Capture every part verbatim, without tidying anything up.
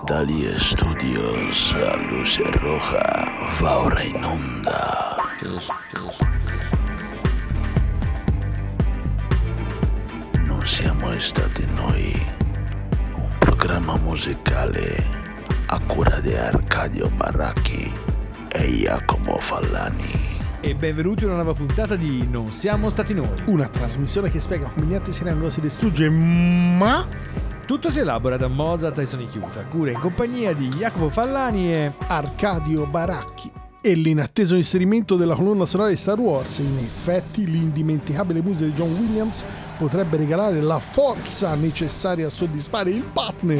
Dagli studios a luce roja va ora in onda. Non siamo stati noi, un programma musicale a cura di Arcadio Baracchi e Jacopo Fallani. E benvenuti a una nuova puntata di Non siamo stati noi, una trasmissione che spiega come niente si rendono, si distrugge, ma tutto si elabora da Mozart Tyson Chiusa, cura in compagnia di Jacopo Fallani e Arcadio Baracchi. E l'inatteso inserimento della colonna sonora di Star Wars, in effetti l'indimenticabile musica di John Williams potrebbe regalare la forza necessaria a soddisfare il partner.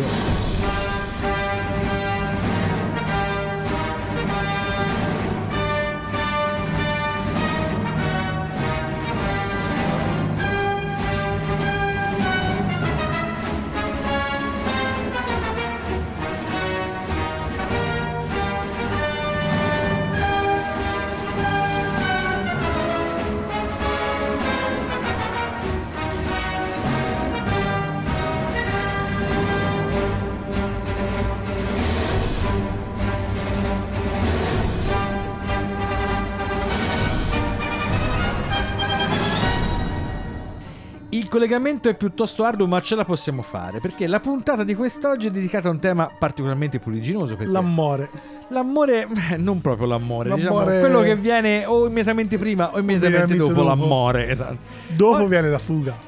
Il collegamento è piuttosto arduo, ma ce la possiamo fare, perché la puntata di quest'oggi è dedicata a un tema particolarmente puliginoso. L'amore. L'amore, beh, non proprio l'amore, l'amore... diciamo quello che viene o immediatamente prima o immediatamente dopo, dopo l'amore, esatto. Dopo o... viene la fuga.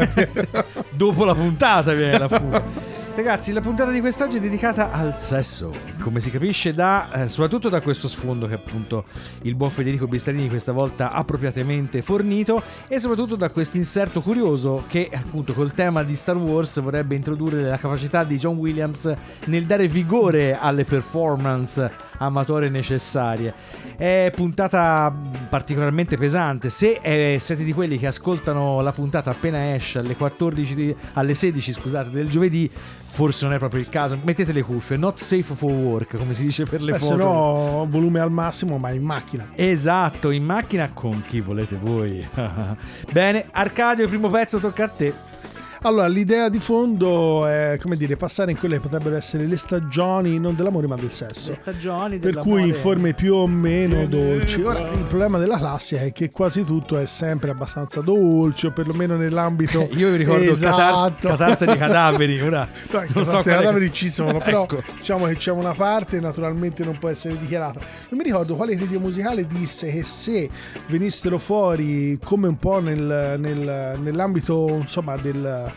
Dopo la puntata viene la fuga. Ragazzi, la puntata di quest'oggi è dedicata al sesso, come si capisce da eh, soprattutto da questo sfondo che appunto il buon Federico Bistarini questa volta appropriatamente fornito, e soprattutto da questo inserto curioso che appunto col tema di Star Wars vorrebbe introdurre la capacità di John Williams nel dare vigore alle performance amatorie necessarie. È puntata particolarmente pesante. Se eh, siete di quelli che ascoltano la puntata appena esce alle quattordici di, alle sedici scusate del giovedì, forse non è proprio il caso. Mettete le cuffie, not safe for work, come si dice per le Beh, foto. Se no volume al massimo, ma in macchina. Esatto, in macchina con chi volete voi. Bene, Arcadio, il primo pezzo tocca a te. Allora, l'idea di fondo è, come dire, passare in quelle che potrebbero essere le stagioni non dell'amore ma del sesso. Le stagioni per dell'amore. Cui in forme più o meno dolci. Ora, il problema della classica è che quasi tutto è sempre abbastanza dolce, o perlomeno nell'ambito. Io vi ricordo esatto. catar- Cataste di cadaveri. Ora no, non so quale... cadaveri che... ci sono, però ecco. Diciamo che c'è una parte naturalmente non può essere dichiarata. Non mi ricordo quale critico musicale disse che se venissero fuori come un po' nel, nel, nell'ambito insomma del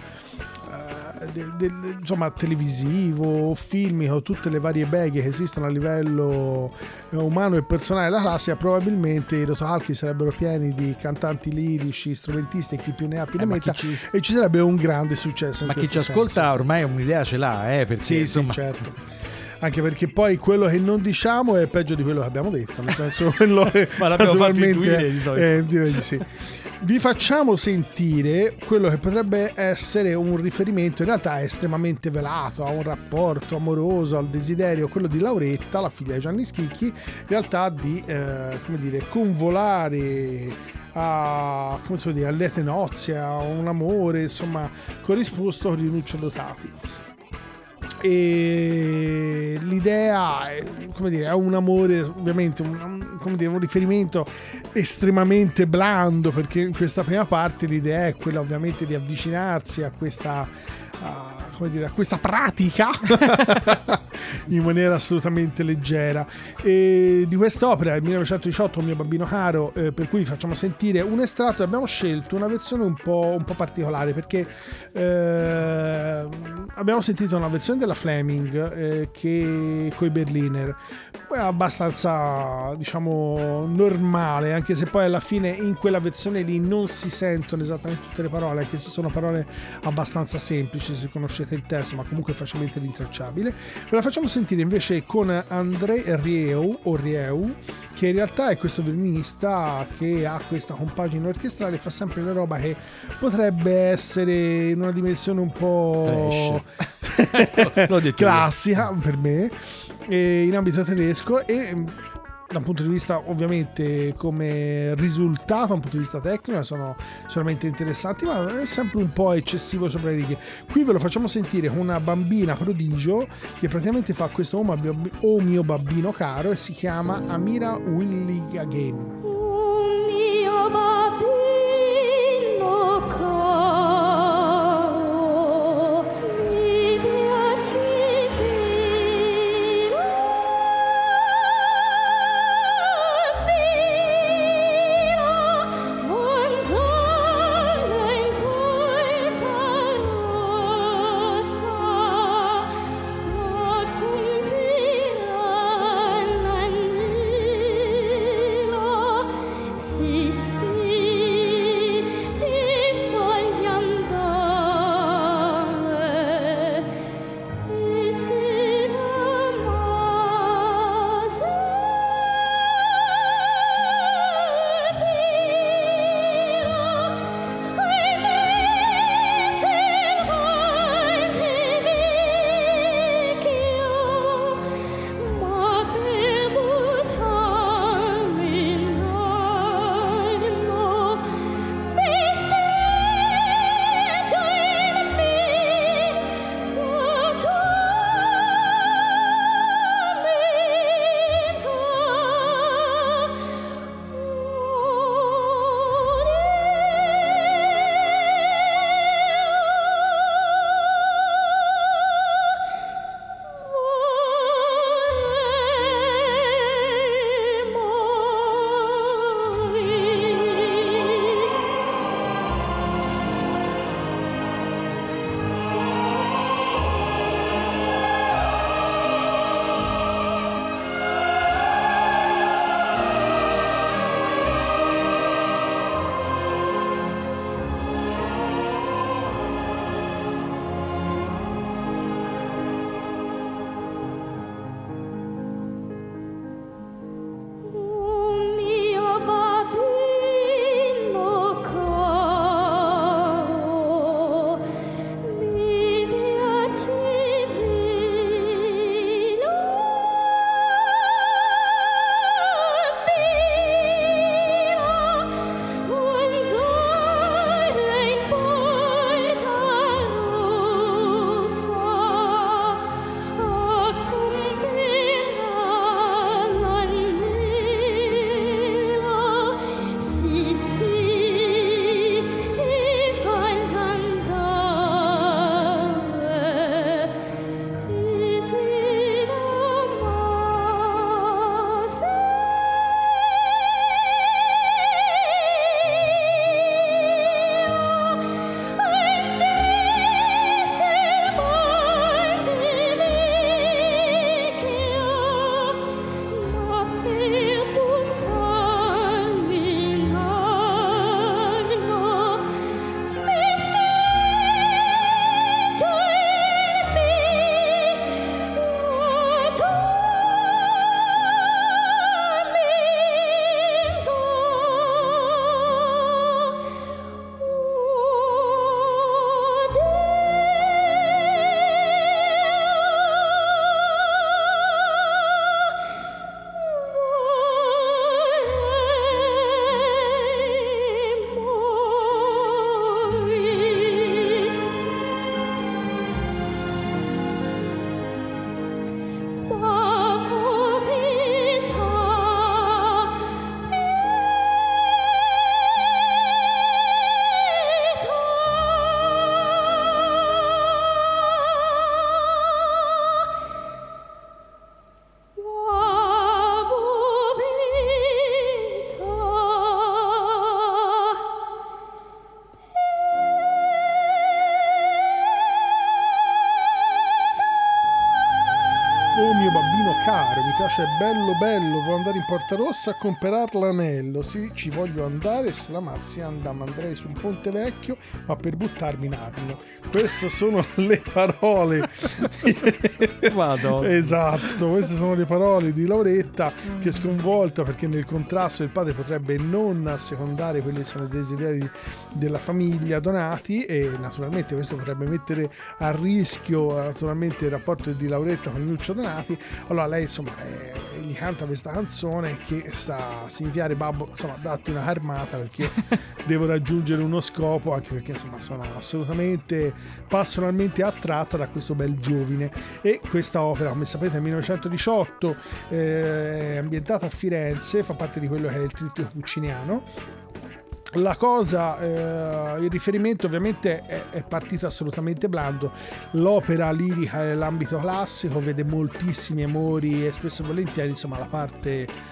Del, del, insomma televisivo, filmico, tutte le varie beghe che esistono a livello umano e personale della classica, probabilmente i rotocalchi sarebbero pieni di cantanti lirici, strumentisti e chi più ne ha più ne eh, metta, ci... e ci sarebbe un grande successo. Ma in chi ci senso. ascolta ormai un'idea ce l'ha, eh, perché sì, insomma... sì, certo. Anche perché poi quello che non diciamo è peggio di quello che abbiamo detto, nel senso quello che ma l'abbiamo fatto intuire di solito. Eh, direi di sì. Vi facciamo sentire quello che potrebbe essere un riferimento, in realtà è estremamente velato, a un rapporto amoroso, al desiderio, quello di Lauretta, la figlia di Gianni Schicchi, in realtà di eh, come dire, convolare a, come si può dire, a liete nozze, a un amore insomma corrisposto con Rinuccio Dotati. E l'idea è, come dire, è un amore ovviamente un, come dire, un riferimento estremamente blando, perché in questa prima parte l'idea è quella ovviamente di avvicinarsi a questa a, come dire, a questa pratica in maniera assolutamente leggera. E di quest'opera del millenovecentodiciotto, Mio bambino caro, eh, per cui facciamo sentire un estratto. Abbiamo scelto una versione un po', un po' particolare perché eh, abbiamo sentito una versione della Fleming eh, che coi Berliner è abbastanza, diciamo, normale, anche se poi alla fine in quella versione lì non si sentono esattamente tutte le parole, anche se sono parole abbastanza semplici se conoscete il testo, ma comunque facilmente rintracciabile. Ve la facciamo sentire invece con André Rieu o Rieu, che in realtà è questo violinista che ha questa compagine orchestrale, fa sempre una roba che potrebbe essere in una dimensione un po' classica per me, in ambito tedesco, e da un punto di vista ovviamente come risultato, da un punto di vista tecnico sono solamente interessanti, ma è sempre un po' eccessivo sopra le righe. Qui ve lo facciamo sentire con una bambina prodigio che praticamente fa questo "Oh, mio, oh mio babbino caro" e si chiama Amira Willy Again. Caro, mi piace, bello bello, vuoi andare in Porta Rossa a comprare l'anello? Sì, ci voglio andare, se la massi andam, andrei sul Ponte Vecchio, ma per buttarmi in arno. Queste sono le parole. Madonna. Esatto, queste sono le parole di Lauretta, che è sconvolta perché nel contrasto il padre potrebbe non assecondare quelli che sono i desideri della famiglia Donati, e naturalmente questo potrebbe mettere a rischio naturalmente il rapporto di Lauretta con Nuccio Donati. passati. Allora lei insomma eh, gli canta questa canzone che sta a significare babbo, insomma datti una armata perché devo raggiungere uno scopo, anche perché insomma sono assolutamente passionalmente attratta da questo bel giovine. E questa opera, come sapete, nel millenovecentodiciotto eh, è ambientata a Firenze, fa parte di quello che è il trittico pucciniano. La cosa, eh, il riferimento ovviamente è, è partito assolutamente blando. L'opera lirica nell'ambito classico vede moltissimi amori e spesso e volentieri insomma la parte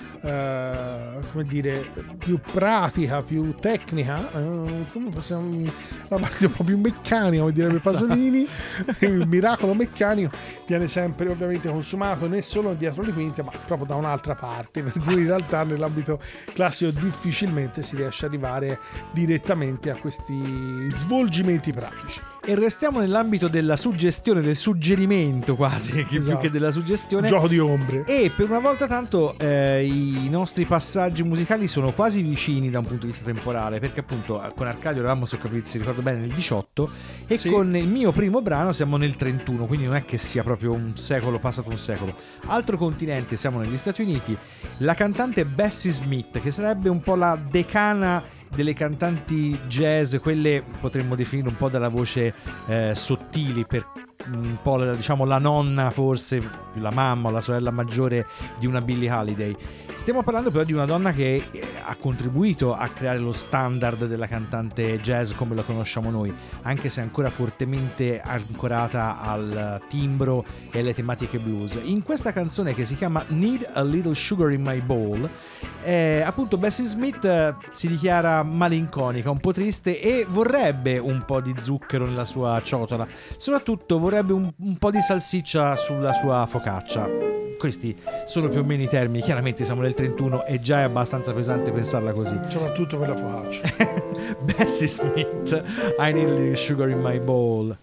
eh, come dire più pratica, più tecnica, eh, come possiamo, la parte un po' più meccanica, come direbbe Pasolini, il miracolo meccanico viene sempre ovviamente consumato non solo dietro le quinte ma proprio da un'altra parte, per cui in realtà nell'ambito classico difficilmente si riesce ad arrivare direttamente a questi svolgimenti pratici. E restiamo nell'ambito della suggestione, del suggerimento quasi, che Esatto. più che della suggestione. Gioco di ombre. E per una volta tanto eh, i nostri passaggi musicali sono quasi vicini da un punto di vista temporale, perché appunto con Arcadio eravamo, se ho capito, si ricordo bene, nel diciotto e Sì. con il mio primo brano siamo nel trentuno, quindi non è che sia proprio un secolo, passato un secolo. Altro continente, siamo negli Stati Uniti. La cantante Bessie Smith, che sarebbe un po' la decana delle cantanti jazz, quelle potremmo definire un po' dalla voce eh, sottili, per un po' la, diciamo la nonna, forse la mamma o la sorella maggiore di una Billie Holiday. Stiamo parlando però di una donna che eh, ha contribuito a creare lo standard della cantante jazz come la conosciamo noi, anche se ancora fortemente ancorata al timbro e alle tematiche blues. In questa canzone, che si chiama Need a Little Sugar in My Bowl, eh, appunto Bessie Smith eh, si dichiara malinconica, un po' triste e vorrebbe un po' di zucchero nella sua ciotola, soprattutto vorrebbe un, un po' di salsiccia sulla sua focaccia. Questi sono più o meno i termini, chiaramente siamo nel trentuno e già è abbastanza pesante pensarla così. Soprattutto per la focaccia. Bessie Smith, I Need a Little Sugar in My Bowl.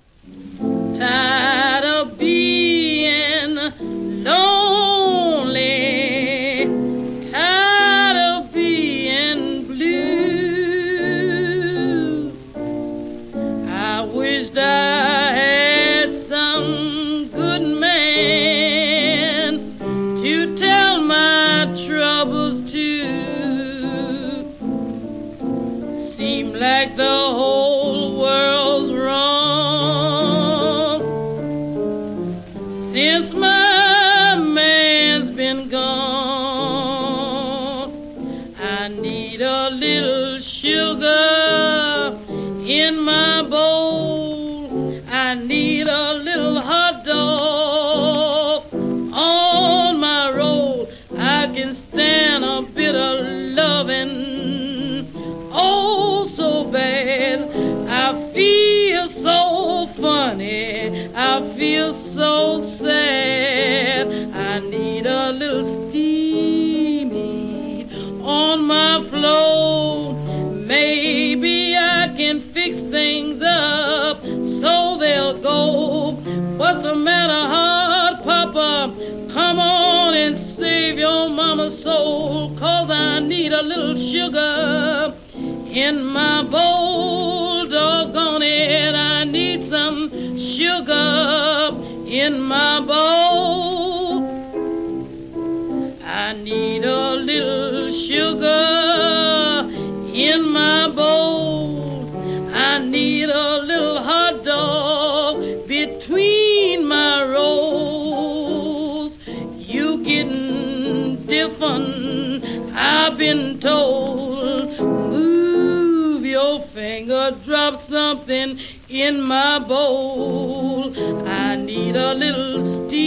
Tired of being lonely, tired of being blue. I wished I had some good man to tell my troubles to. Seem like the whole world's wrong since my man's been gone. I need a little sugar in my bowl. I need a little hot dog on my roll. I can stand a bit of loving, oh so bad. I feel so funny, I feel so sad. I need a little steamy on my floor. Maybe I can fix things up so they'll go. What's the matter, hard papa? Come on and save your mama's soul, 'cause I need a little sugar in my bowl. Doggone it, I need some sugar in my bowl. I need a little sugar in my bowl. I need a little hot dog between my rolls. You getting different, I've been told. Move your finger, drop something in my bowl. I need a little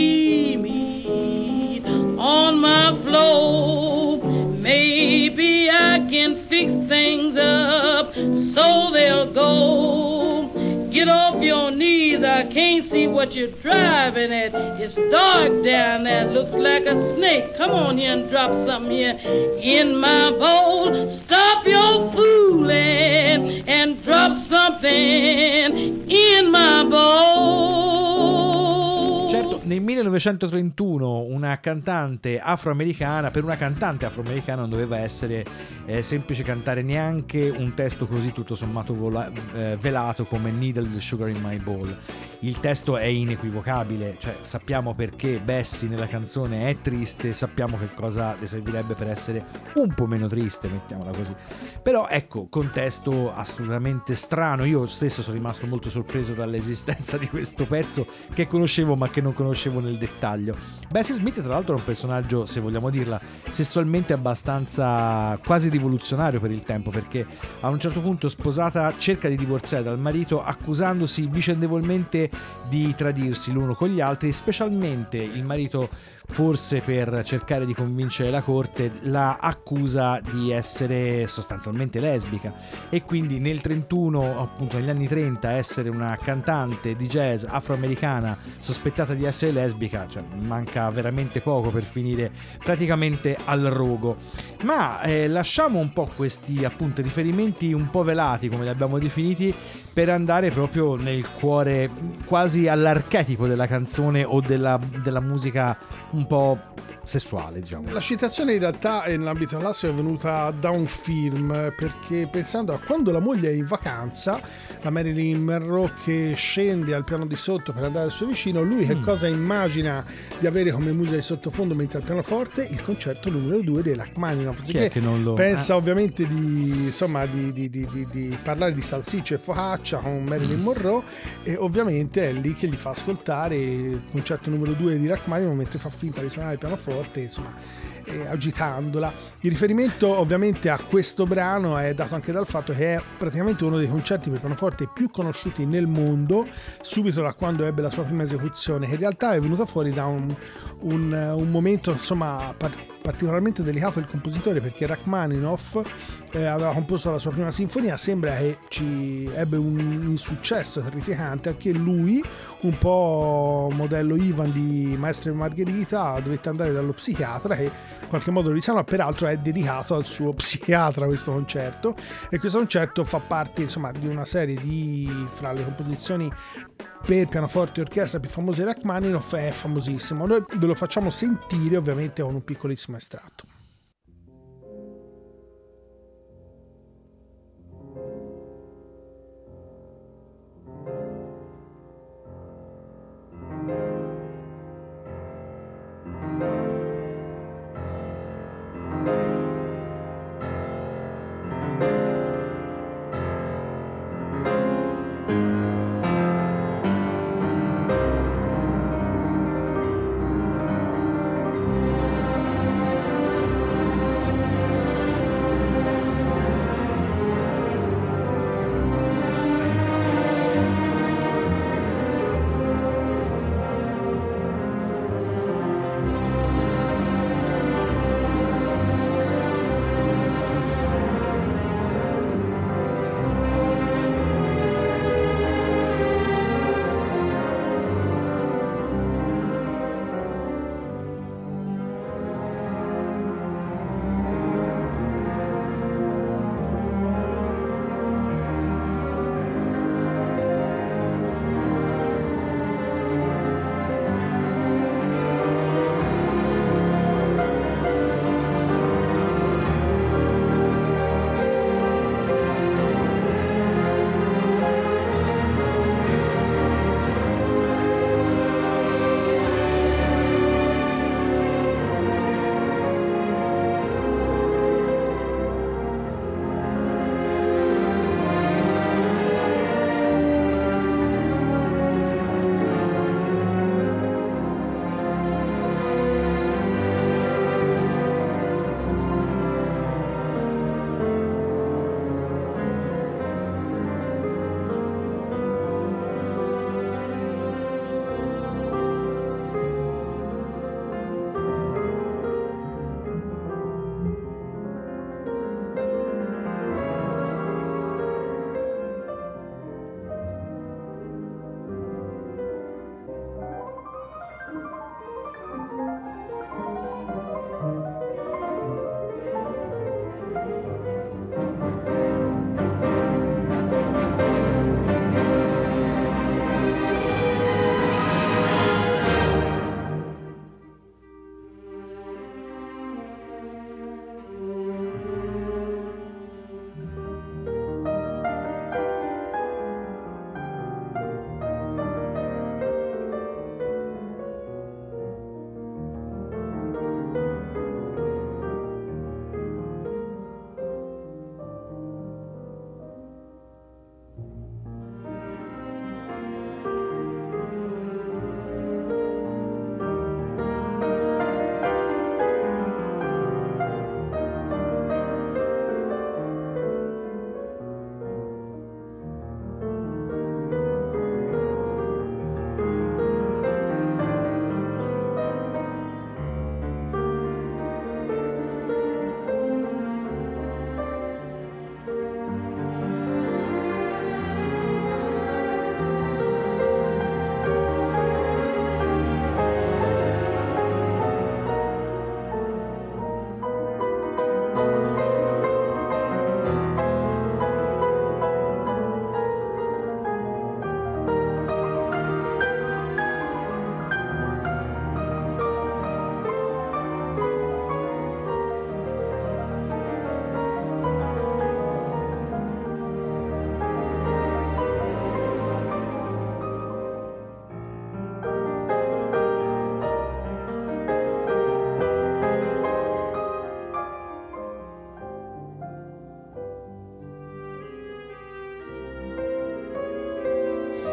steamy on my floor. Maybe I can fix things up so they'll go. Get off your knees, I can't see what you're driving at. It's dark down there, looks like a snake. Come on here and drop something here in my bowl. Stop your fooling and drop something in my bowl. Certo, nel millenovecentotrentuno una cantante afroamericana, per una cantante afroamericana non doveva essere eh, semplice cantare neanche un testo così tutto sommato vola, eh, velato come Needle the Sugar in My Bowl. Il testo è inequivocabile, cioè sappiamo perché Bessie nella canzone è triste, sappiamo che cosa le servirebbe per essere un po' meno triste, mettiamola così. Però ecco, contesto assolutamente strano. Io stesso sono rimasto molto sorpreso dall'esistenza di questo pezzo che conoscevo ma che non conoscevo nel dettaglio. Bessie Smith tra l'altro è un personaggio, se vogliamo dirla, sessualmente abbastanza quasi rivoluzionario per il tempo, perché a un certo punto sposata cerca di divorziare dal marito accusandosi vicendevolmente di tradirsi l'uno con gli altri, specialmente il marito, forse per cercare di convincere la corte, la accusa di essere sostanzialmente lesbica, e quindi nel trentuno, appunto negli anni trenta, essere una cantante di jazz afroamericana sospettata di essere lesbica, cioè manca veramente poco per finire praticamente al rogo. Ma eh, lasciamo un po' questi appunto riferimenti un po' velati, come li abbiamo definiti, per andare proprio nel cuore, quasi all'archetipo della canzone o della, della musica un po' sessuale, diciamo. La citazione in realtà nell'ambito classico è venuta da un film, perché pensando a quando la moglie è in vacanza, la Marilyn Monroe che scende al piano di sotto per andare al suo vicino, lui che mm. cosa immagina di avere come musica di sottofondo mentre al pianoforte? Il concerto numero due dei Rachmaninoff. Chi è che non lo... pensa eh. ovviamente di insomma di, di, di, di, di parlare di salsiccia e focaccia con Marilyn mm. Monroe, e ovviamente è lì che gli fa ascoltare il concerto numero due di Rachmaninoff mentre fa finta di suonare il pianoforte, insomma, eh, agitandola. Il riferimento ovviamente a questo brano è dato anche dal fatto che è praticamente uno dei concerti per pianoforte più conosciuti nel mondo, subito da quando ebbe la sua prima esecuzione, che in realtà è venuta fuori da un, un, un momento insomma par- particolarmente delicato del compositore, perché Rachmaninoff eh, aveva composto la sua prima sinfonia, sembra che ci ebbe un, un successo terrificante, anche lui un po' modello Ivan di Maestro e Margherita dovette andare dallo psichiatra, che in qualche modo lo risanò, peraltro è dedicato al suo psichiatra questo concerto, e questo concerto fa parte insomma di una serie di, fra le composizioni per pianoforte e orchestra più famose di Rachmaninoff, è famosissimo. Noi ve lo facciamo sentire ovviamente con un piccolissimo estratto.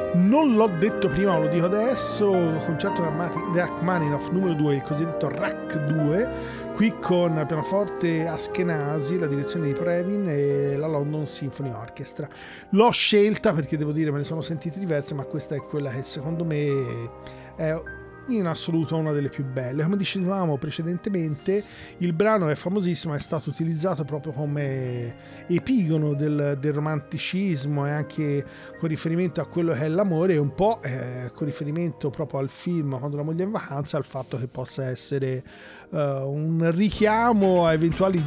Non l'ho detto prima, lo dico adesso, concerto Rachmaninoff numero due, il cosiddetto Rach due, qui con pianoforte Ashkenazy, la direzione di Previn e la London Symphony Orchestra. L'ho scelta perché devo dire me ne sono sentite diverse, ma questa è quella che secondo me è in assoluto una delle più belle. Come dicevamo precedentemente, il brano è famosissimo, è stato utilizzato proprio come epigono del, del romanticismo e anche con riferimento a quello che è l'amore e un po' eh, con riferimento proprio al film Quando la moglie è in vacanza, al fatto che possa essere uh, un richiamo a eventuali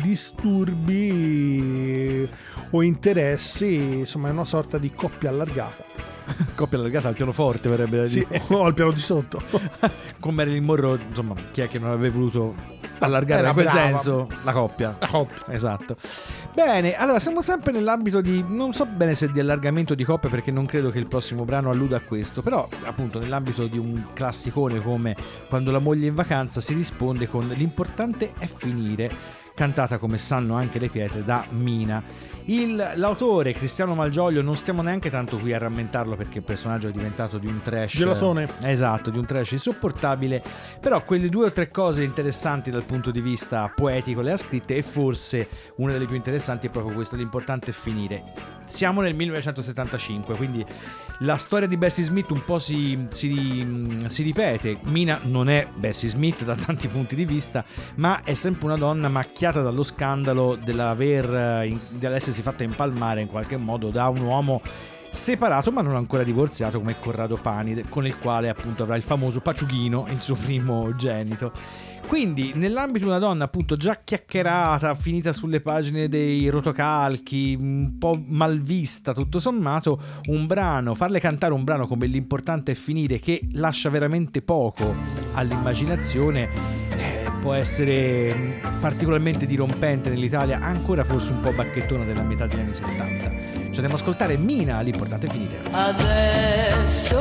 disturbi o interessi, insomma è una sorta di coppia allargata. Coppia allargata al pianoforte, verrebbe da dire. Sì, o al piano di sotto. Con Marilyn Monroe, insomma, chi è che non avrebbe voluto allargare Era in quel brava. senso la coppia? La coppia. Esatto. Bene, allora siamo sempre nell'ambito di, non so bene se di allargamento di coppia, perché non credo che il prossimo brano alluda a questo, però appunto nell'ambito di un classicone come Quando la moglie è in vacanza si risponde con L'importante è finire, cantata come sanno anche le pietre da Mina. Il, l'autore Cristiano Malgioglio non stiamo neanche tanto qui a rammentarlo perché il personaggio è diventato di un trash Gelatone. esatto, di un trash insopportabile, però quelle due o tre cose interessanti dal punto di vista poetico le ha scritte e forse una delle più interessanti è proprio questa, L'importante è finire. Siamo nel millenovecentosettantacinque, quindi la storia di Bessie Smith un po' si, si, si ripete. Mina non è Bessie Smith da tanti punti di vista, ma è sempre una donna macchiata dallo scandalo dell'aver, dell'essersi fatta impalmare in qualche modo da un uomo separato ma non ancora divorziato come Corrado Pani, con il quale appunto avrà il famoso Paciughino, il suo primogenito. Quindi nell'ambito di una donna appunto già chiacchierata, finita sulle pagine dei rotocalchi, un po' malvista tutto sommato, un brano, farle cantare un brano come L'importante è finire, che lascia veramente poco all'immaginazione, eh, può essere particolarmente dirompente nell'Italia, ancora forse un po' bacchettona della metà degli anni settanta. Ci andiamo a ascoltare Mina, L'importante è finire. Adesso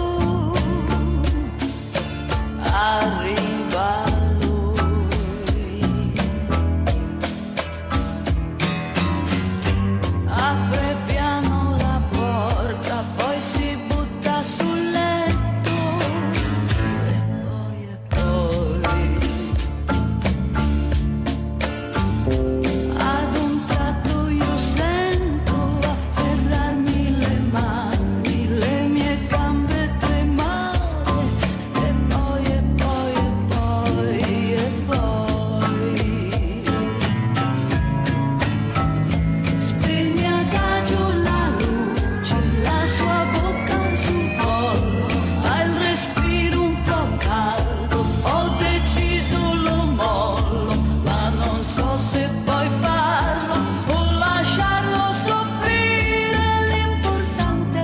arriva apre piano la porta, poi si butta sul letto e poi e poi ad un tratto io sento afferrarmi le mani, le mie gambe tremare e poi e poi e poi e poi spegne adagio la luce, la sua bocca sul collo, ha il respiro un po' caldo, ho deciso lo mollo, ma non so se poi farlo o lasciarlo soffrire, l'importante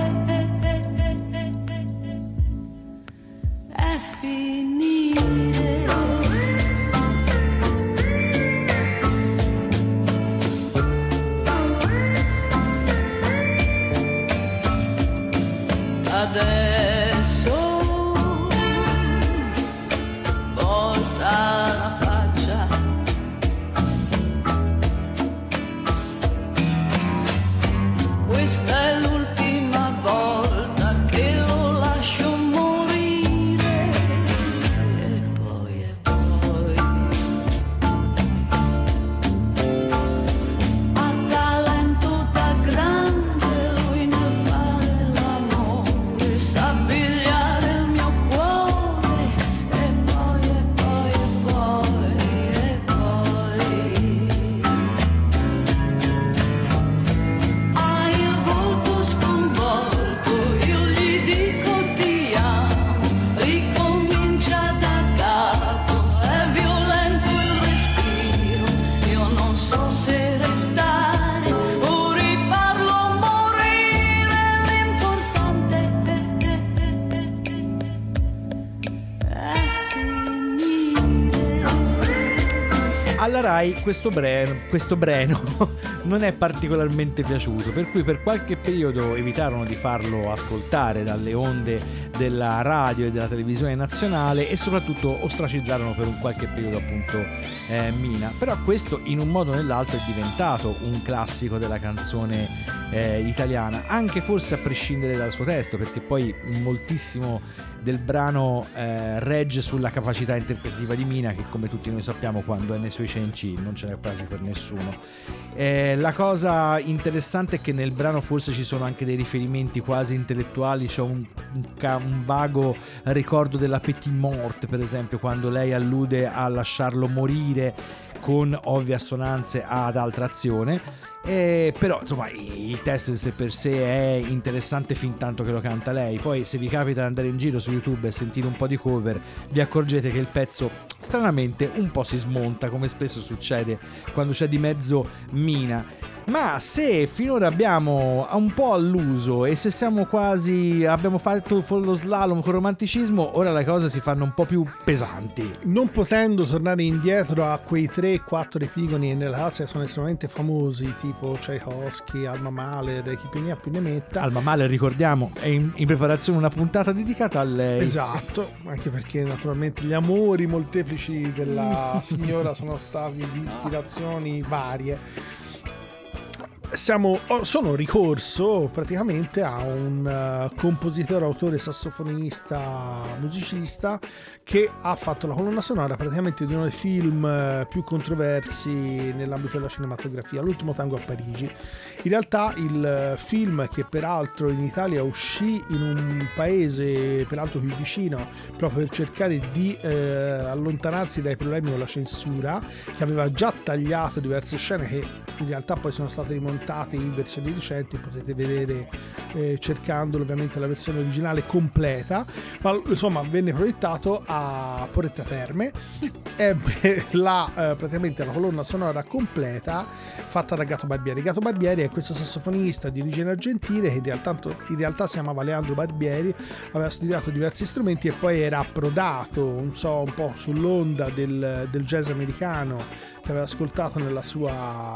è finire. Adesso volta la faccia, questa è l'ultima volta che lo lascio morire e poi e poi ha talento da grande lui nel fare l'amore, sa pigliare il mio cuore e poi e poi e poi e poi ha il volto sconvolto, io gli dico ti amo, ricomincia da capo, è violento il respiro, io non so se restare o rifarlo morire, l'importante è finire. Alla Rai questo brano, questo brano non è particolarmente piaciuto, per cui per qualche periodo evitarono di farlo ascoltare dalle onde della radio e della televisione nazionale e soprattutto ostracizzarono per un qualche periodo appunto eh, Mina. Però questo in un modo o nell'altro è diventato un classico della canzone eh, italiana, anche forse a prescindere dal suo testo, perché poi moltissimo del brano eh, regge sulla capacità interpretativa di Mina, che come tutti noi sappiamo quando è nei suoi cenci non ce n'è quasi per nessuno. Eh, la cosa interessante è che nel brano forse ci sono anche dei riferimenti quasi intellettuali, c'è un, un, un vago ricordo della Petit Morte, per esempio, quando lei allude a lasciarlo morire, con ovvie assonanze ad altra azione. Eh, però insomma il testo in sé per sé è interessante fin tanto che lo canta lei. Poi se vi capita di andare in giro su YouTube e sentire un po' di cover, vi accorgete che il pezzo stranamente un po' si smonta, come spesso succede quando c'è di mezzo Mina. Ma se finora abbiamo un po' alluso e se siamo quasi abbiamo fatto lo slalom con romanticismo, ora le cose si fanno un po' più pesanti, non potendo tornare indietro a quei tre quattro epigoni nella razza che sono estremamente famosi, tipo Tchaikovsky, Alma Mahler, chi più ne ha più ne metta. Alma Mahler, ricordiamo, è in, in preparazione una puntata dedicata a lei. Esatto, anche perché naturalmente gli amori molteplici della signora sono stati di ispirazioni varie. Siamo, sono ricorso praticamente a un uh, compositore, autore, sassofonista, musicista che ha fatto la colonna sonora praticamente di uno dei film uh, più controversi nell'ambito della cinematografia, L'ultimo tango a Parigi. In realtà il film, che peraltro in Italia uscì in un paese peraltro più vicino proprio per cercare di eh, allontanarsi dai problemi con la censura, che aveva già tagliato diverse scene che in realtà poi sono state rimontate in versioni recenti, potete vedere eh, cercandolo ovviamente la versione originale completa, ma insomma venne proiettato a Porretta Terme, ebbe la, eh, praticamente la colonna sonora completa fatta da Gato Barbieri. Gato Barbieri è questo sassofonista di origine argentina che in realtà, in realtà si chiamava Leandro Barbieri, aveva studiato diversi strumenti e poi era approdato non so, un po' sull'onda del, del jazz americano che aveva ascoltato nella sua,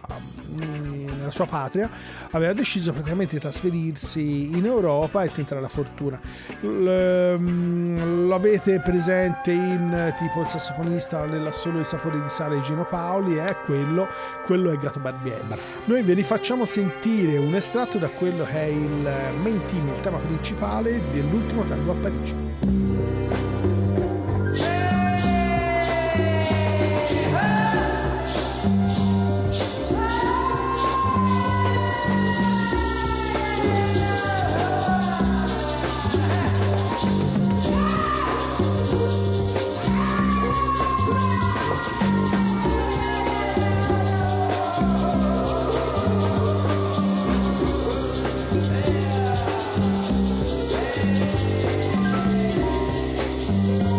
nella sua patria, aveva deciso praticamente di trasferirsi in Europa e tentare la fortuna. L- lo avete presente in tipo il sassofonista nell'assolo I sapori di sale di Gino Paoli, è quello, quello è Gato Barbieri. Noi ve ne facciamo sentire un estratto da quello che è il main theme, il tema principale dell'ultimo tango a Parigi. Hey!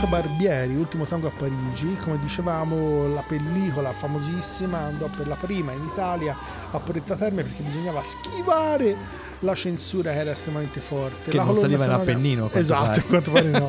Gato Barbieri, Ultimo tango a Parigi. Come dicevamo, la pellicola famosissima andò per la prima in Italia a Porretta Terme perché bisognava schivare la censura che era estremamente forte. Che la non saliva in sonora... Appennino. Esatto, a quanto pare no.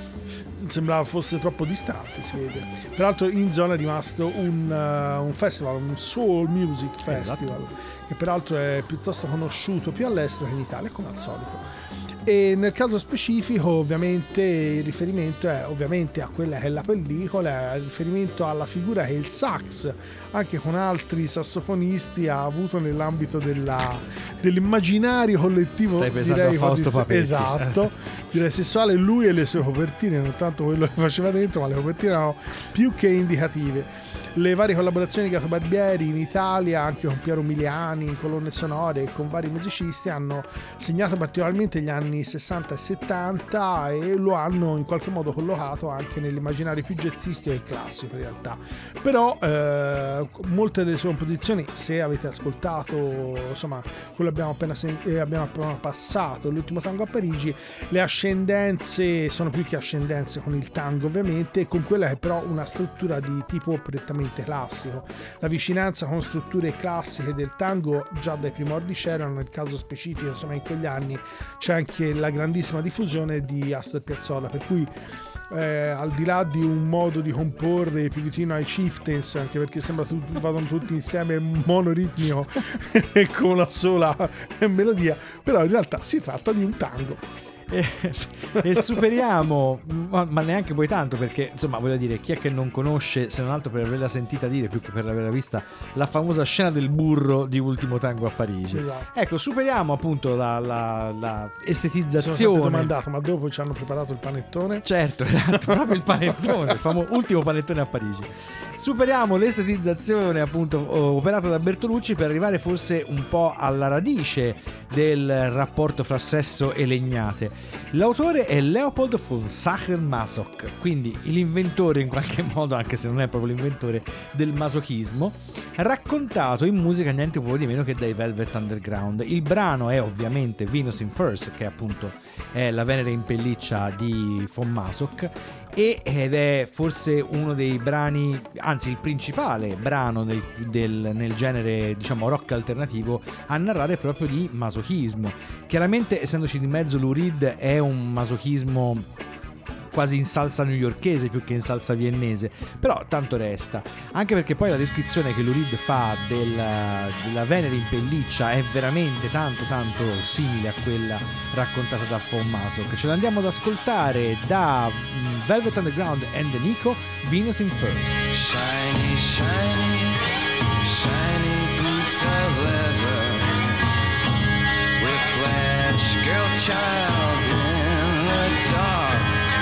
Sembrava fosse troppo distante, si vede. Peraltro in zona è rimasto un, uh, un festival, un Soul Music Festival, esatto. che peraltro è piuttosto conosciuto più all'estero che in Italia, come al solito. E nel caso specifico ovviamente il riferimento è ovviamente a quella che è la pellicola, il riferimento alla figura che il sax, anche con altri sassofonisti, ha avuto nell'ambito della, dell'immaginario collettivo. Stai pensando direi, a Fausto Papetti. Esatto, direi sessuale, lui e le sue copertine, non tanto quello che faceva dentro, ma le copertine erano più che indicative. Le varie collaborazioni di Gato Barbieri in Italia, anche con Piero Miliani, colonne sonore e con vari musicisti, hanno segnato particolarmente gli anni sessanta e settanta e lo hanno in qualche modo collocato anche nell'immaginario più jazzistico e classico in realtà. Però eh, molte delle sue composizioni, se avete ascoltato insomma quello abbiamo appena, sen- eh, abbiamo appena passato, l'ultimo tango a Parigi, le ascendenze sono più che ascendenze con il tango ovviamente, e con quella che è però una struttura di tipo prettamente classico. La vicinanza con strutture classiche del tango già dai primordi c'erano, nel caso specifico insomma in quegli anni c'è anche la grandissima diffusione di Astor Piazzolla, per cui eh, al di là di un modo di comporre più vicino ai Chieftains, anche perché sembra che vadano tutti insieme monoritmico e con una sola melodia, però in realtà si tratta di un tango. E, e superiamo, ma, ma neanche poi tanto, perché insomma voglio dire, chi è che non conosce, se non altro per averla sentita dire più che per averla vista, la famosa scena del burro di Ultimo tango a Parigi. Esatto. Ecco, superiamo appunto la, la, la Sono estetizzazione. sempre domandato, ma dopo ci hanno preparato il panettone? Certo, esatto, proprio il panettone, il famoso Ultimo panettone a Parigi. Superiamo l'estetizzazione appunto operata da Bertolucci per arrivare forse un po' alla radice del rapporto fra sesso e legnate. L'autore è Leopold von Sacher-Masoch, quindi l'inventore in qualche modo, anche se non è proprio l'inventore, del masochismo, raccontato in musica niente po' di meno che dai Velvet Underground. Il brano è ovviamente Venus in Furs, che appunto è la Venere in pelliccia di von Masoch, ed è forse uno dei brani, anzi il principale brano del, del, nel genere diciamo rock alternativo a narrare proprio di masochismo. Chiaramente, essendoci di mezzo Lou Reed, è un masochismo quasi in salsa newyorkese più che in salsa viennese, però tanto resta, anche perché poi la descrizione che Lou Reed fa della, della Venere in pelliccia è veramente tanto tanto simile a quella raccontata da von Masoch. Ce l'andiamo ad ascoltare da Velvet Underground and the Nico, Venus in Furs. Shiny, shiny, shiny boots of leather, whiplash, girl child in the dark.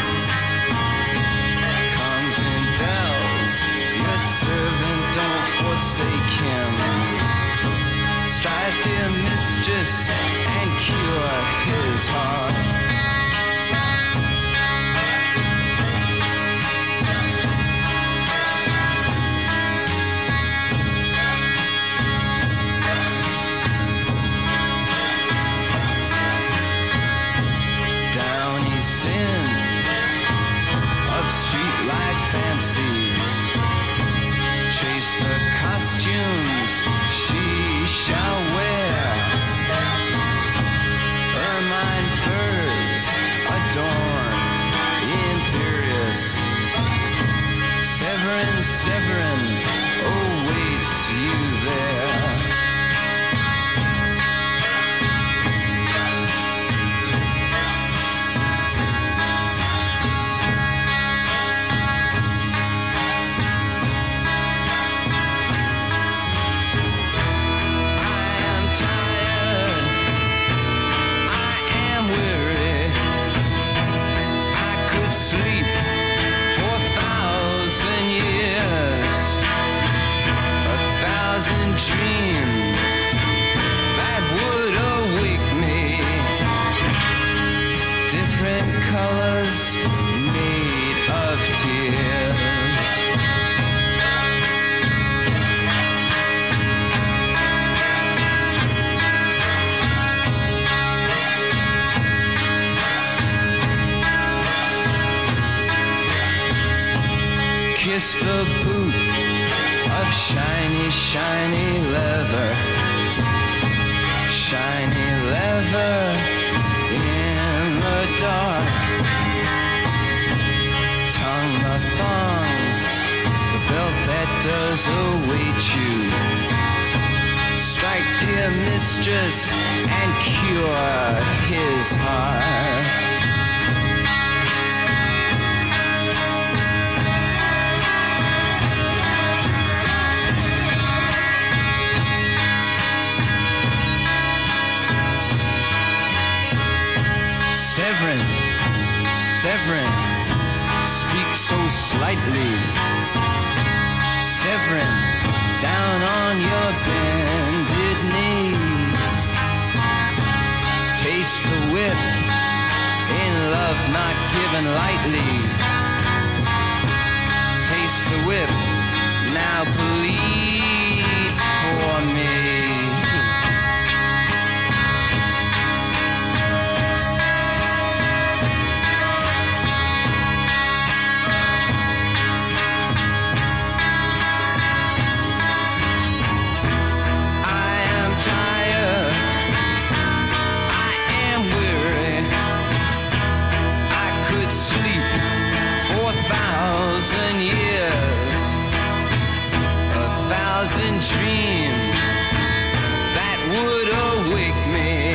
Your servant, don't forsake him. Strike, dear mistress, and cure his heart. Down his sins of street life fancies, chase the costumes she shall wear. Ermine furs adorn imperious. Severin, Severin awaits you there. Sleep for a thousand years, a thousand dreams that would awake me, different colors made of tears. the boot of shiny, shiny leather. Shiny leather in the dark. Tongue the thongs, the belt that does await you. Strike, dear mistress, and cure his heart. Severin, Severin, speak so slightly. Severin, down on your bended knee. Taste the whip, in love not given lightly. Taste the whip, now bleed for me. Dreams that would awake me.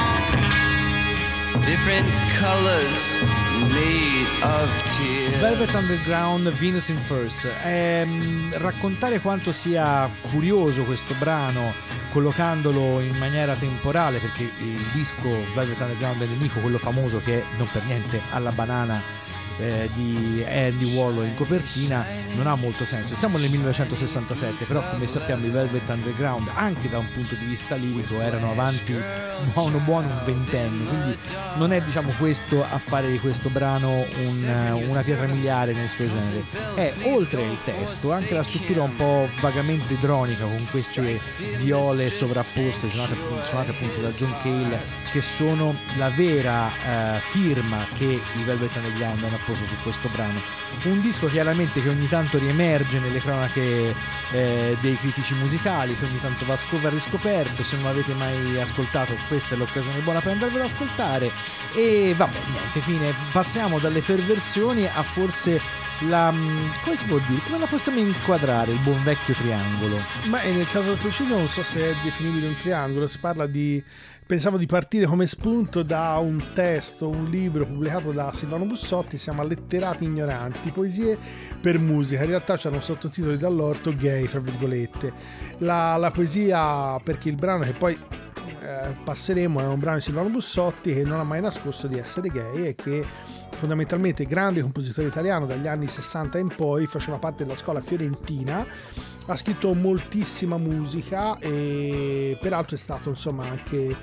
Different colors made of tears. Velvet Underground, Venus in Furs. Ehm, raccontare quanto sia curioso questo brano collocandolo in maniera temporale, perché il disco Velvet Underground è nemico, quello famoso che è non per niente alla banana Eh, di Andy Warhol in copertina, non ha molto senso. Siamo nel millenovecentosessantasette, però come sappiamo i Velvet Underground anche da un punto di vista lirico erano avanti buono buono un ventennio, quindi non è diciamo questo a fare di questo brano un, una pietra miliare nel suo genere. È oltre il testo anche la struttura un po' vagamente idronica, con queste viole sovrapposte suonate, suonate appunto da John Cale, che sono la vera eh, firma che i Velvet Underground hanno apposto su questo brano. Un disco chiaramente che ogni tanto riemerge nelle cronache eh, dei critici musicali, che ogni tanto va a riscoperto. Se non l'avete mai ascoltato, questa è l'occasione buona per andarvelo ad ascoltare. E vabbè, niente, fine. Passiamo dalle perversioni a forse la, come si può dire, come la possiamo inquadrare il buon vecchio triangolo? Ma nel caso specifico non so se è definibile un triangolo. Si parla di, pensavo di partire come spunto da un testo, un libro pubblicato da Silvano Bussotti. Siamo a Letterati ignoranti, poesie per musica. In realtà c'erano sottotitoli dall'orto gay, fra virgolette. La, la poesia, perché il brano che poi eh, passeremo è un brano di Silvano Bussotti che non ha mai nascosto di essere gay e che fondamentalmente grande compositore italiano dagli anni sessanta in poi, faceva parte della scuola fiorentina, ha scritto moltissima musica e peraltro è stato insomma anche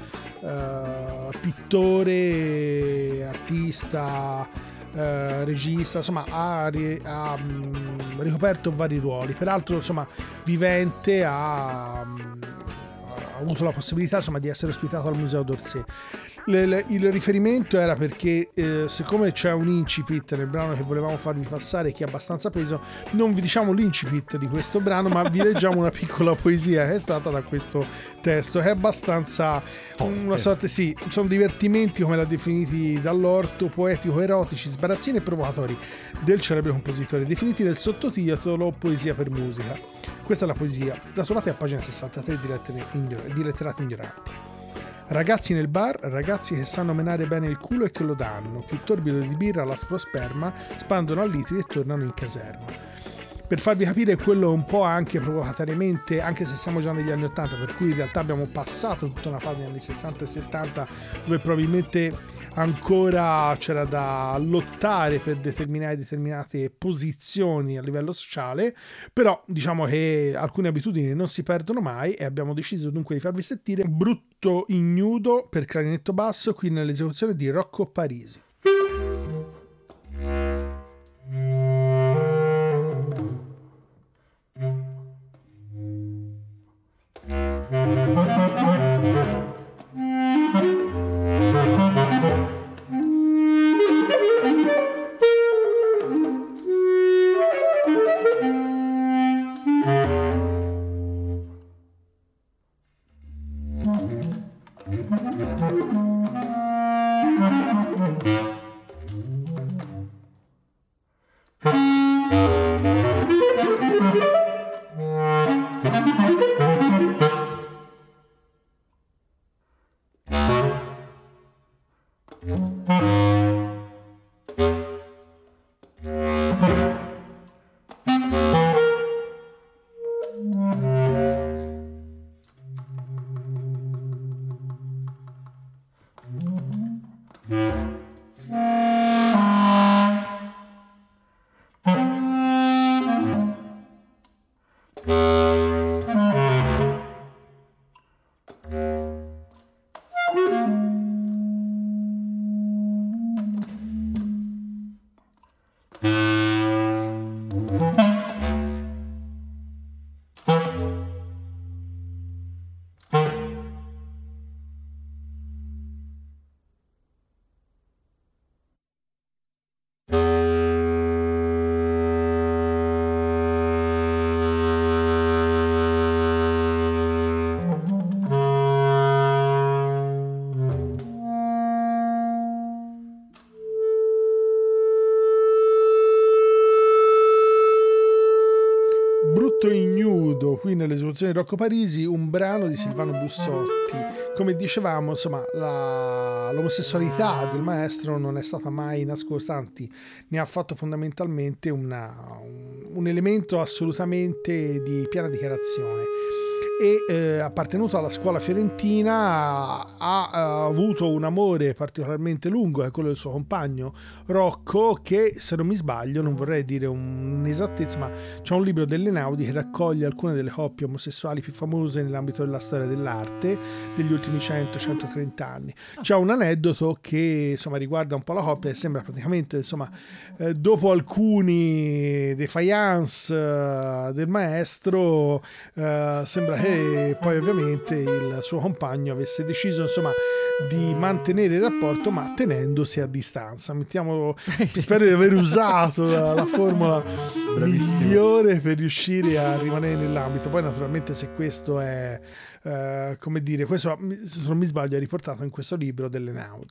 uh, pittore, artista, uh, regista, insomma ha, ha um, ricoperto vari ruoli. Peraltro insomma vivente ha, um, ha avuto la possibilità insomma di essere ospitato al Museo d'Orsay. Il riferimento era perché eh, siccome c'è un incipit nel brano che volevamo farvi passare che è abbastanza peso, non vi diciamo l'incipit di questo brano, ma vi leggiamo una piccola poesia che è stata da questo testo, che è abbastanza una sorta, sì, sono divertimenti, come l'ha definiti dall'orto, poetico, erotici, sbarazzini e provocatori del celebre compositore, definiti nel sottotitolo Poesia per musica. Questa è la poesia, la trovate a pagina sessantatré di Letterati ignoranti. Ragazzi nel bar, ragazzi che sanno menare bene il culo e che lo danno, più torbido di birra l'aspro sperma, spandono a litri e tornano in caserma. Per farvi capire quello un po' anche provocatoriamente, anche se siamo già negli anni ottanta, per cui in realtà abbiamo passato tutta una fase negli anni sessanta e settanta dove probabilmente ancora c'era da lottare per determinare determinate posizioni a livello sociale, però diciamo che alcune abitudini non si perdono mai e abbiamo deciso dunque di farvi sentire Brutto ignudo per clarinetto basso qui nell'esecuzione di Rocco Parisi. Ignudo qui nell'esecuzione di Rocco Parisi, un brano di Silvano Bussotti. Come dicevamo, insomma, la, l'omosessualità del maestro non è stata mai nascosta, anzi ne ha fatto fondamentalmente una, un, un elemento assolutamente di piena dichiarazione. E eh, appartenuto alla scuola fiorentina, ha, ha avuto un amore particolarmente lungo, è quello del suo compagno Rocco, che, se non mi sbaglio, non vorrei dire un'inesattezza, ma c'è un libro dell'Einaudi che raccoglie alcune delle coppie omosessuali più famose nell'ambito della storia dell'arte degli ultimi cento centotrenta anni. C'è un aneddoto che, insomma, riguarda un po' la coppia e sembra praticamente, insomma, eh, dopo alcuni defiance eh, del maestro, eh, sembra che e poi ovviamente il suo compagno avesse deciso, insomma, di mantenere il rapporto ma tenendosi a distanza. Mettiamo, spero di aver usato la, la formula Bravissimo. migliore per riuscire a rimanere nell'ambito. Poi naturalmente, se questo è eh, come dire, questo, se non mi sbaglio, è riportato in questo libro dell'Einaudi.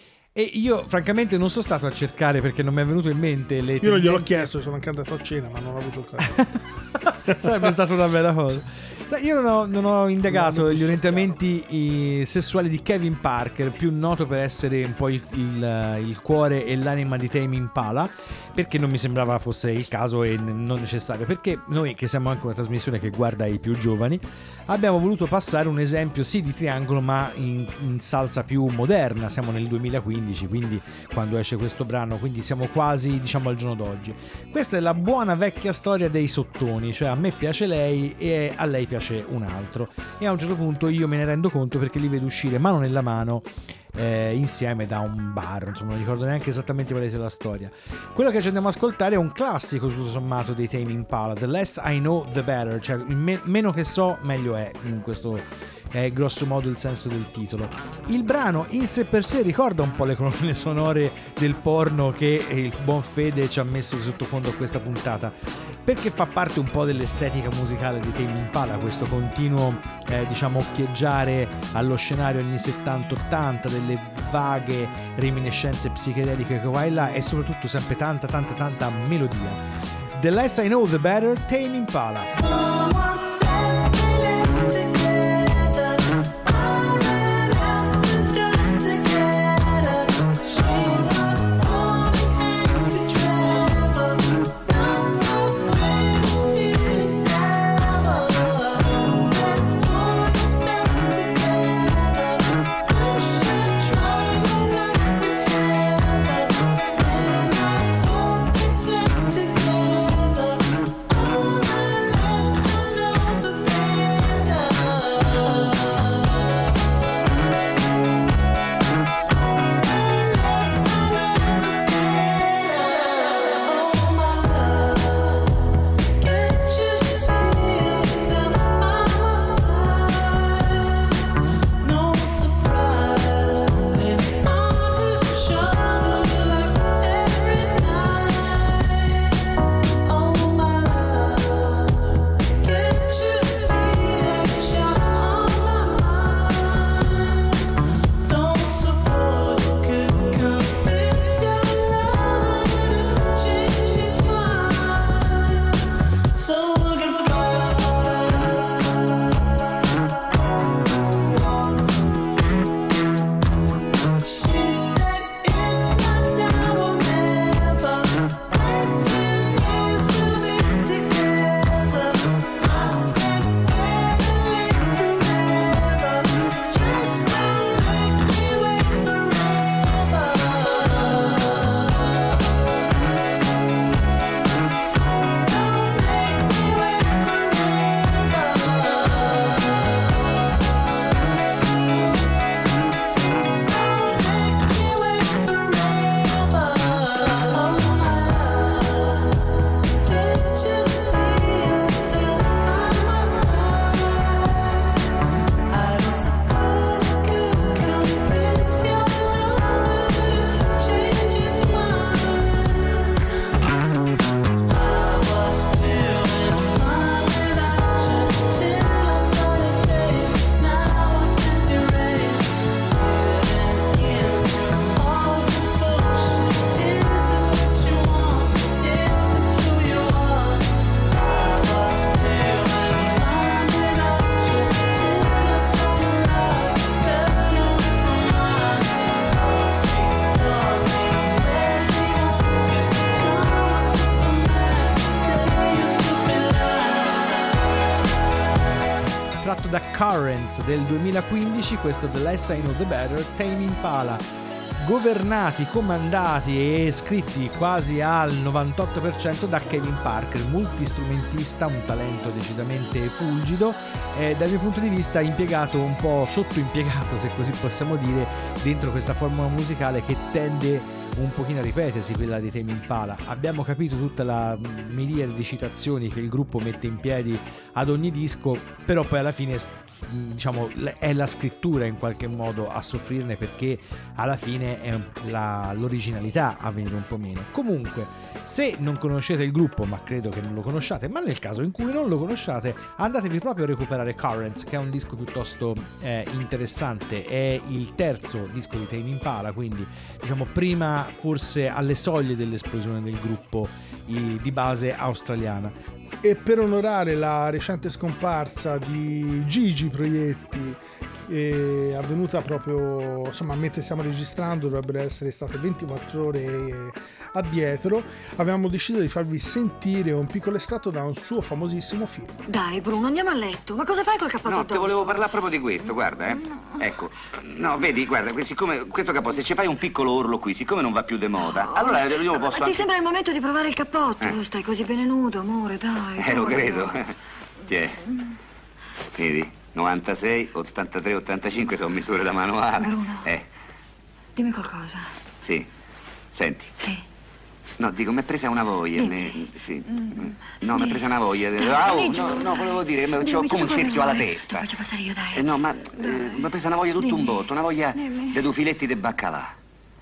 E io francamente non sono stato a cercare, perché non mi è venuto in mente le tendenze. Io non gliel'ho chiesto, sono anche andato a cena, ma non ho avuto il coraggio. Sarebbe stata una bella cosa. Io non ho, non ho indagato no, gli orientamenti i, sessuali di Kevin Parker, più noto per essere un po' il, il, il cuore e l'anima di Tame Impala, perché non mi sembrava fosse il caso e non necessario, perché noi, che siamo anche una trasmissione che guarda i più giovani, abbiamo voluto passare un esempio sì di triangolo, ma in, in salsa più moderna. Siamo nel duemilaquindici, quindi quando esce questo brano, quindi siamo quasi, diciamo, al giorno d'oggi. Questa è la buona vecchia storia dei sottoni, cioè a me piace lei e a lei piace un altro, e a un certo punto io me ne rendo conto perché li vedo uscire mano nella mano eh, insieme da un bar, insomma non ricordo neanche esattamente quale sia la storia. Quello che ci andiamo ad ascoltare è un classico tutto sommato dei Tame Impala, The Less I Know The Better, cioè me- meno che so meglio è, in questo è grosso modo il senso del titolo. Il brano in sé per sé ricorda un po' le colonne sonore del porno che il buon Fede ci ha messo di sottofondo a questa puntata, perché fa parte un po' dell'estetica musicale di Tame Impala, questo continuo eh, diciamo occhieggiare allo scenario anni settanta ottanta, delle vaghe reminiscenze psichedeliche che qua e là, e soprattutto sempre tanta tanta tanta melodia. The Less I Know The Better, Tame Impala. Together, all the less I know. tratto da Currents del duemilaquindici, questo The Less I Know The Better, Tame Impala, governati, comandati e scritti quasi al novantotto per cento da Kevin Parker, multistrumentista, un talento decisamente fulgido, e dal mio punto di vista impiegato un po' sottoimpiegato, se così possiamo dire, dentro questa formula musicale che tende un pochino a ripetersi, quella di Tame Impala. Abbiamo capito tutta la miriade di citazioni che il gruppo mette in piedi ad ogni disco, però poi alla fine, diciamo, è la scrittura in qualche modo a soffrirne, perché alla fine è la, l'originalità a venire un po' meno. Comunque, se non conoscete il gruppo, ma credo che non lo conosciate, ma nel caso in cui non lo conosciate, andatevi proprio a recuperare Currents, che è un disco piuttosto eh, interessante. È il terzo disco di Tame Impala, quindi diciamo prima forse alle soglie dell'esplosione del gruppo di base australiana. E per onorare la recente scomparsa di Gigi Proietti, eh, avvenuta proprio, insomma, mentre stiamo registrando, dovrebbero essere state ventiquattro ore addietro, abbiamo deciso di farvi sentire un piccolo estratto da un suo famosissimo film. Dai Bruno, andiamo a letto. Ma cosa fai col cappotto No, addosso? ti volevo parlare proprio di questo, guarda, eh. No. Ecco, no, vedi, guarda, siccome questo cappotto, se ci fai un piccolo orlo qui, siccome non va più de moda, No. allora io lo posso Ma ti anche... sembra il momento di provare il cappotto? Eh. Stai così bene nudo, amore, dai. Eh, lo porca. credo. Tiè. Vedi, novantasei, ottantatré, ottantacinque sono misure da manuale. Bruno. Eh, Dimmi qualcosa. sì. Senti. Sì. No, dico, mi è presa una voglia. Dimmi. mi- Sì. Mm. No, mi è Dimmi. presa una voglia. Dai, Ah, oh, dimmi giù, no, no, dai. volevo dire, Dimmi c'ho come un tutto cerchio alla quello che vuoi. testa. Ti faccio passare io, dai. Eh, no, ma eh, Dai. mi è presa una voglia tutto Dimmi. un botto, una voglia Dimmi. dei due filetti di baccalà.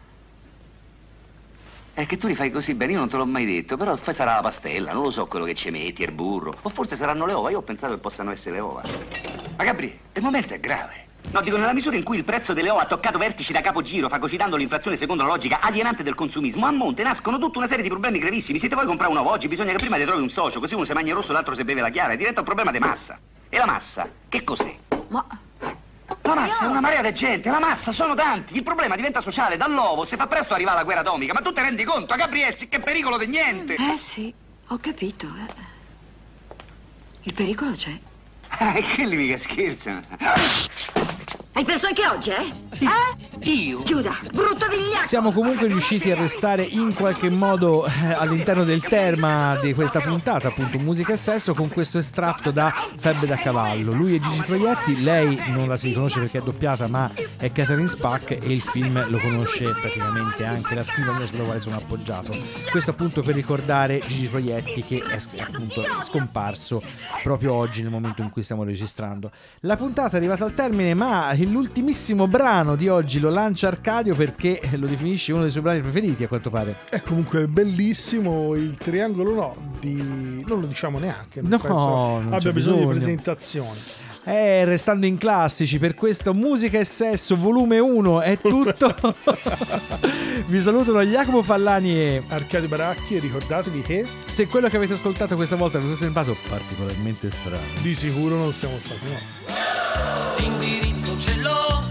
È che tu li fai così bene, io non te l'ho mai detto, però poi sarà la pastella, non lo so quello che ci metti, il burro, o forse saranno le uova, io ho pensato che possano essere le uova. Ma Gabri, il momento è grave. No, dico, nella misura in cui il prezzo delle uova ha toccato vertici da capogiro, fagocitando l'inflazione secondo la logica alienante del consumismo, a monte nascono tutta una serie di problemi gravissimi. Siete voi a comprare un uovo oggi, bisogna che prima ti trovi un socio, così uno si mangia il rosso e l'altro si beve la chiara, e diventa un problema di massa. E la massa, che cos'è? Ma... La massa è una marea di gente, la massa sono tanti, il problema diventa sociale, dall'ovo se fa presto arriva la guerra atomica, ma tu te rendi conto, Gabriele, sì, che pericolo di niente! Eh sì, ho capito, eh. Il pericolo c'è. Eh, quelli mica scherzano. Hai pensato anche oggi, eh? Eh? Io? Chiuda, brutto vigliacco! Siamo comunque riusciti a restare in qualche modo eh, all'interno del tema di questa puntata, appunto musica e sesso, con questo estratto da Febbre da cavallo. Lui è Gigi Proietti, lei non la si riconosce perché è doppiata, ma è Catherine Spack, e il film lo conosce praticamente anche la scrivania sulla quale sono appoggiato. Questo appunto per ricordare Gigi Proietti, che è appunto scomparso proprio oggi nel momento in cui stiamo registrando. La puntata è arrivata al termine, ma l'ultimissimo brano di oggi lo lancia Arcadio perché lo definisce uno dei suoi brani preferiti, a quanto pare. È comunque bellissimo, il triangolo no, di... non lo diciamo neanche, non No, penso non c'è abbia bisogno di bisogno. presentazioni. Eh, restando in classici, per questo Musica e Sesso volume uno è tutto. Vi salutano Jacopo Fallani e Arcadio Baracchi, e ricordatevi che se quello che avete ascoltato questa volta vi è sembrato particolarmente strano, di sicuro non siamo stati noi. L'indirizzo ce l'ho,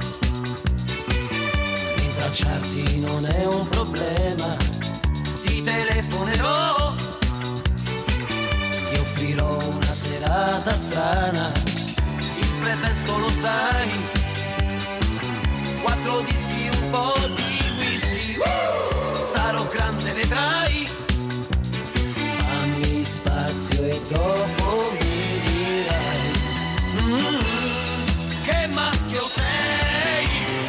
rintracciarti non è un problema, ti telefonerò, ti offrirò una serata strana, il pretesto lo sai, quattro dischi, un po' di whisky, sarò grande vedrai, fammi spazio e dopo mi dirai. Mm. Che maschio sei?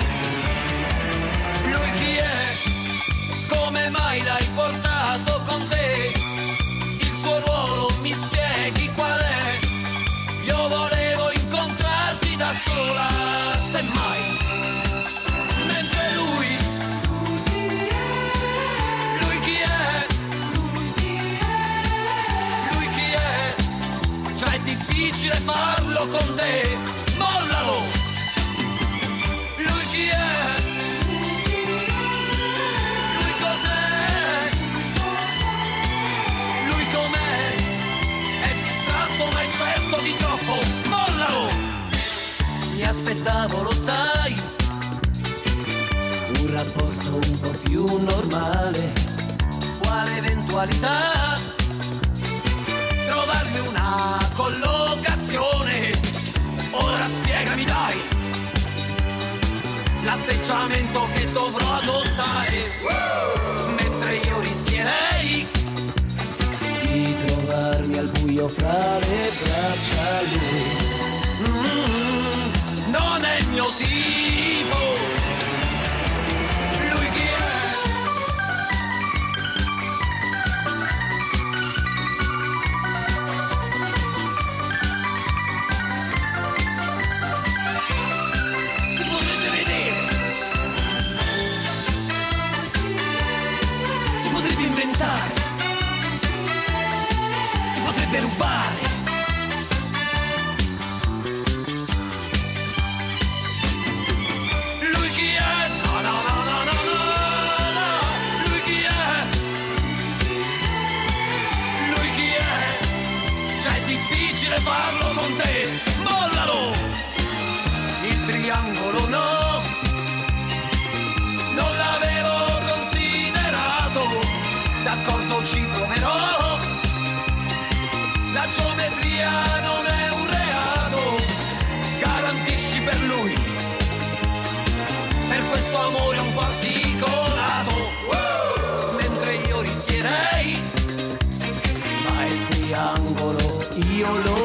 Lui chi è? Come mai l'hai portato con te? Il suo ruolo mi spieghi qual è? Io volevo incontrarti da sola, semmai. Mentre lui, lui chi è? Lui chi è? Già è difficile farlo con te, mollalo! Lui chi è? Lui cos'è? Lui com'è? È distratto ma è certo di troppo, mollalo! Mi aspettavo, lo sai, un rapporto un po' più normale, quale eventualità? Trovarmi una collocazione, ora atteggiamento che dovrò adottare, mentre io rischierei di trovarmi al buio fra le braccia lui. Mm, non è il mio tipo. Lui chi è? Si potrebbe vedere, si potrebbe inventare, si potrebbe rubare. Lui chi è? No, no, no, no, no, no, no. Lui chi è? Lui chi è? Già è difficile farlo con te. Mollalo! Il triangolo no, non l'avevo considerato. D'accordo, ci proverò. La geometria non è un reato. Garantisci per lui, per questo amore un po' articolato. uh! Mentre io rischierei, Ma il triangolo io lo